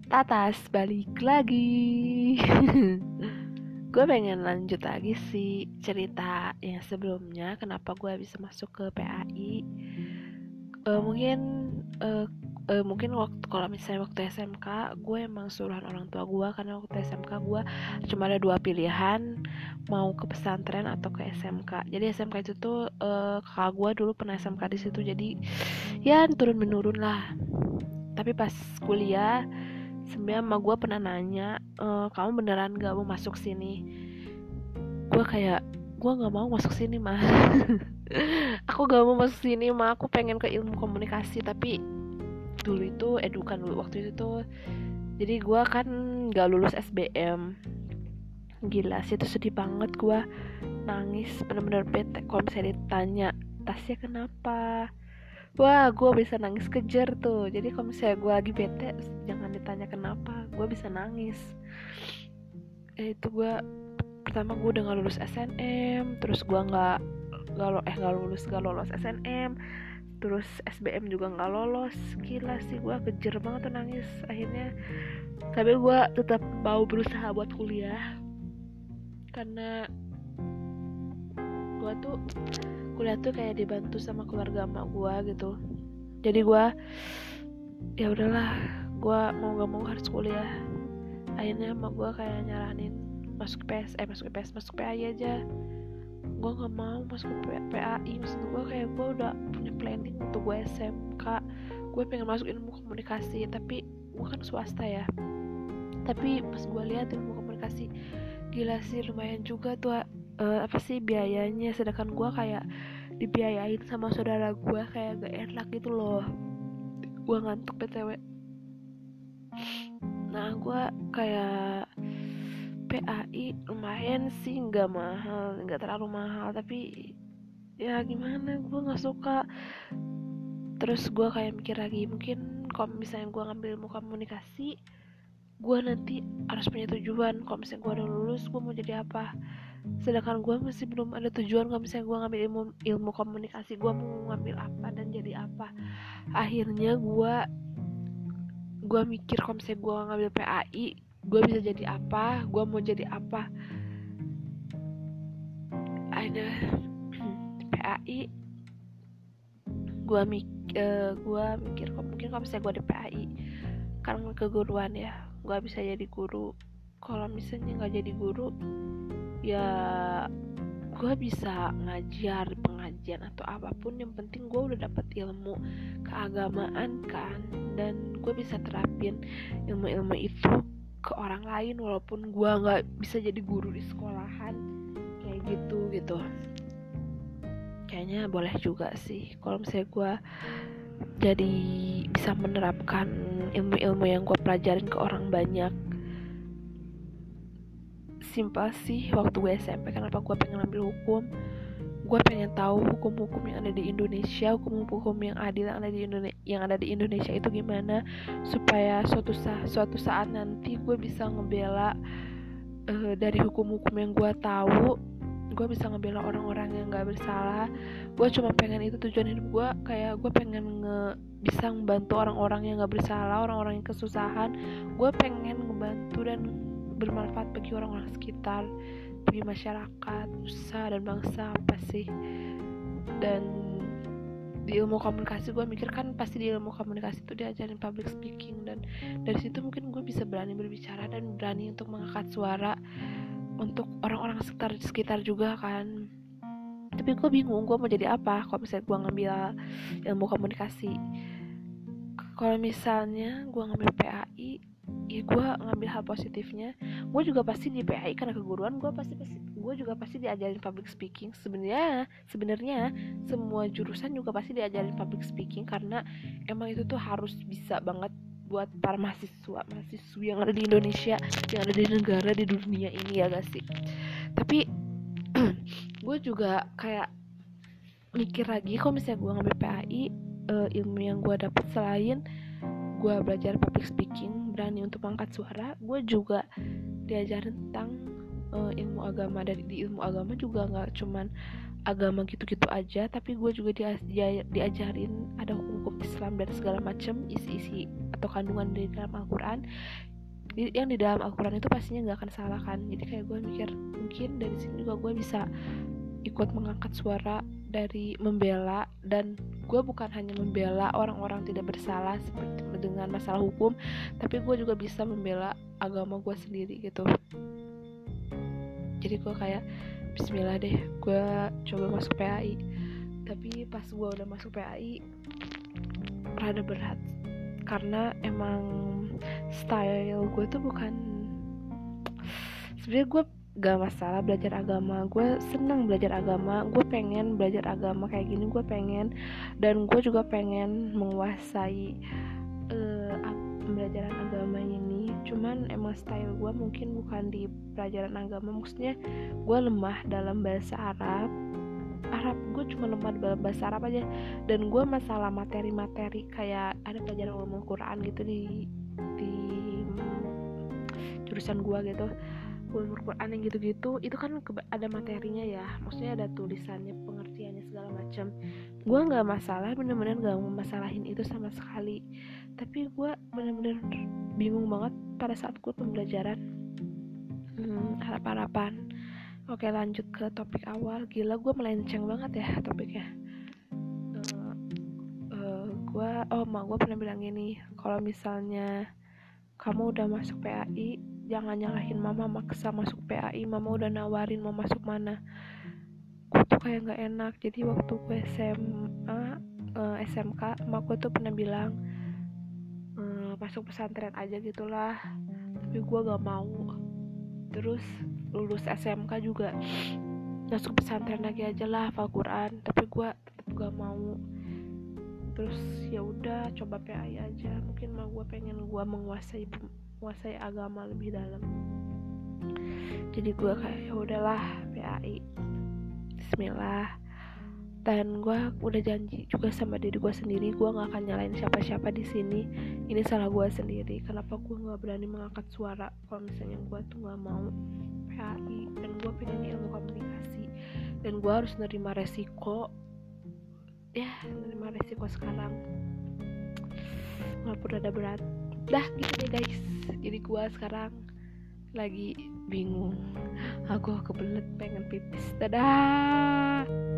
Tatas balik lagi. Gue pengen lanjut lagi sih cerita yang sebelumnya, kenapa gue bisa masuk ke PAI. Mungkin uh, mungkin kalau misalnya waktu SMK gue emang suruhan orang tua gue, karena waktu SMK gue cuma ada 2 pilihan, mau ke pesantren atau ke SMK. Jadi SMK itu tuh kakak gue dulu pernah SMK di situ, jadi ya turun menurun lah. Tapi pas kuliah sebenarnya sama gue pernah nanya, kamu beneran gak mau masuk sini? Gue kayak, gue gak mau masuk sini mah. Aku gak mau masuk sini mah, aku pengen ke ilmu komunikasi. Tapi dulu itu bukan dulu, waktu itu tuh jadi gue kan gak lulus SBM. Gila sih, itu sedih banget. Gue nangis, bener-bener bete. Kalau misalnya ditanya Tasya kenapa, wah gue bisa nangis kejer tuh. Jadi kalau misalnya gue lagi bete, jangan ditanya kenapa, gue bisa nangis. Itu gue pertama gue udah gak lulus SNM, terus gue gak lolos SNM, terus SBM juga gak lolos. Gila sih, gue kejer banget tuh nangis akhirnya. Tapi gue tetap mau berusaha buat kuliah, karena gue tuh kuliah tuh kayak dibantu sama keluarga emak gue gitu. Jadi gue ya udahlah, gue mau gak mau harus kuliah. Akhirnya emak gue kayak nyaranin masuk PAI aja. Gue gak mau masuk PAI. Maksud gue kayak gue udah punya planning untuk gue SMK, gue pengen masuk ilmu komunikasi, tapi gue kan swasta ya. Tapi pas gue lihat ilmu komunikasi, gila sih lumayan juga tuh biayanya. Sedangkan gue kayak dibiayain sama saudara gue, kayak gak enak gitu loh. Gue ngantuk BTW. Nah gue kayak PAI lumayan sih, nggak mahal, nggak terlalu mahal, tapi ya gimana, gue nggak suka. Terus gue kayak mikir lagi, mungkin kalau misalnya gue ngambil ilmu komunikasi, gue nanti harus punya tujuan. Kalau misalnya gue udah lulus, gue mau jadi apa? Sedangkan gue masih belum ada tujuan. Kalau misalnya gue ngambil ilmu komunikasi, gue mau ngambil apa dan jadi apa? Akhirnya gue mikir, kalau misalnya gue ngambil PAI, gue bisa jadi apa, gue mau jadi apa. Ada PAI, gue mikir mungkin kalau misalnya gue di PAI karena keguruan ya, gue bisa jadi guru. Kalau misalnya nggak jadi guru, ya gue bisa ngajar pengajian atau apapun. Yang penting gue udah dapet ilmu keagamaan kan, dan gue bisa terapin ilmu-ilmu itu ke orang lain, walaupun gue nggak bisa jadi guru di sekolahan kayak gitu. Kayaknya boleh juga sih kalau misalnya gue jadi bisa menerapkan ilmu-ilmu yang gue pelajarin ke orang banyak. Simpel sih, waktu gue SMP kenapa gue pengen ambil hukum. Gue pengen tahu hukum-hukum yang ada di Indonesia, hukum-hukum yang adil yang ada di Indonesia itu gimana, supaya suatu saat nanti gue bisa ngebela dari hukum-hukum yang gue tahu. Gue bisa ngebela orang-orang yang gak bersalah. Gue cuma pengen itu tujuan hidup gue. Kayak gue pengen bisa membantu orang-orang yang gak bersalah, orang-orang yang kesusahan. Gue pengen ngebantu dan bermanfaat bagi orang-orang sekitar, bagi masyarakat, nusa dan bangsa apa sih. Dan di ilmu komunikasi gue mikir kan pasti di ilmu komunikasi itu diajarin public speaking, dan dari situ mungkin gue bisa berani berbicara dan berani untuk mengangkat suara untuk orang-orang sekitar juga kan. Tapi gue bingung gue mau jadi apa kalau misalnya gue ngambil ilmu komunikasi. Kalau misalnya gue ngambil PAI, ya gue ngambil hal positifnya. Gue juga pasti di PAI karena keguruan, gue juga pasti diajarin public speaking. Sebenarnya semua jurusan juga pasti diajarin public speaking, karena emang itu tuh harus bisa banget buat para mahasiswi yang ada di Indonesia, yang ada di negara, di dunia ini, ya gak sih? Tapi gue juga kayak mikir lagi, kalau misalnya gue ngambil PAI, ilmu yang gue dapet selain gue belajar public speaking, berani untuk mengangkat suara, gue juga diajarin tentang ilmu agama. Dan di ilmu agama juga nggak cuman agama gitu-gitu aja, tapi gue juga diajarin ada hukum-hukum Islam dan segala macam isi-isi atau kandungan di dalam Al-Quran. Yang di dalam Al-Quran itu pastinya gak akan salah kan. Jadi kayak gue mikir mungkin dari sini juga gue bisa ikut mengangkat suara dari membela, dan gue bukan hanya membela orang-orang tidak bersalah seperti dengan masalah hukum, tapi gue juga bisa membela agama gue sendiri gitu. Jadi gue kayak bismillah deh, gue coba masuk PAI. Tapi pas gue udah masuk PAI rada berat, karena emang style gue tuh bukan, sebenarnya gue gak masalah belajar agama, gue senang belajar agama, gue pengen belajar agama kayak gini, gue pengen, dan gue juga pengen menguasai pembelajaran agama ini. Cuman emang style gue mungkin bukan di pelajaran agama, maksudnya gue lemah dalam bahasa Arab, gue cuma lemah dalam bahasa Arab aja. Dan gue masalah materi-materi kayak ada pelajaran ulumul Quran gitu di jurusan gue gitu, ulumul Quran yang gitu-gitu, itu kan ada materinya ya, maksudnya ada tulisannya, pengertiannya segala macam. Gue nggak masalah, bener-bener nggak masalahin itu sama sekali, tapi gue bener-bener bingung banget pada saat gue pembelajaran. Harap-harapan. Oke, lanjut ke topik awal. Gila, gue melenceng banget ya topiknya. Mak gue pernah bilang gini, kalau misalnya kamu udah masuk PAI, jangan nyalahin mama maksa masuk PAI, mama udah nawarin mau masuk mana. Gue tuh kayak gak enak. Jadi waktu gue SMK, mak gue tuh pernah bilang masuk pesantren aja gitulah, tapi gue gak mau. Terus lulus SMK juga masuk pesantren lagi aja lah, hafal Quran, tapi gue tetap gak mau. Terus ya udah coba PAI aja, mungkin mah gue pengen gue menguasai agama lebih dalam. Jadi gue kayak ya udahlah PAI, bismillah. Dan gue udah janji juga sama diri gue sendiri, gue nggak akan nyalain siapa-siapa di sini. Ini salah gue sendiri. Kenapa gue nggak berani mengangkat suara kalau misalnya gue tuh nggak mau PAI, dan gue pengen ilmu komunikasi, dan gue harus nerima resiko. Nerima resiko sekarang walaupun rada berat. Dah gitu deh guys. Jadi gue sekarang lagi bingung, aku kebelet pengen pipis. Dadah.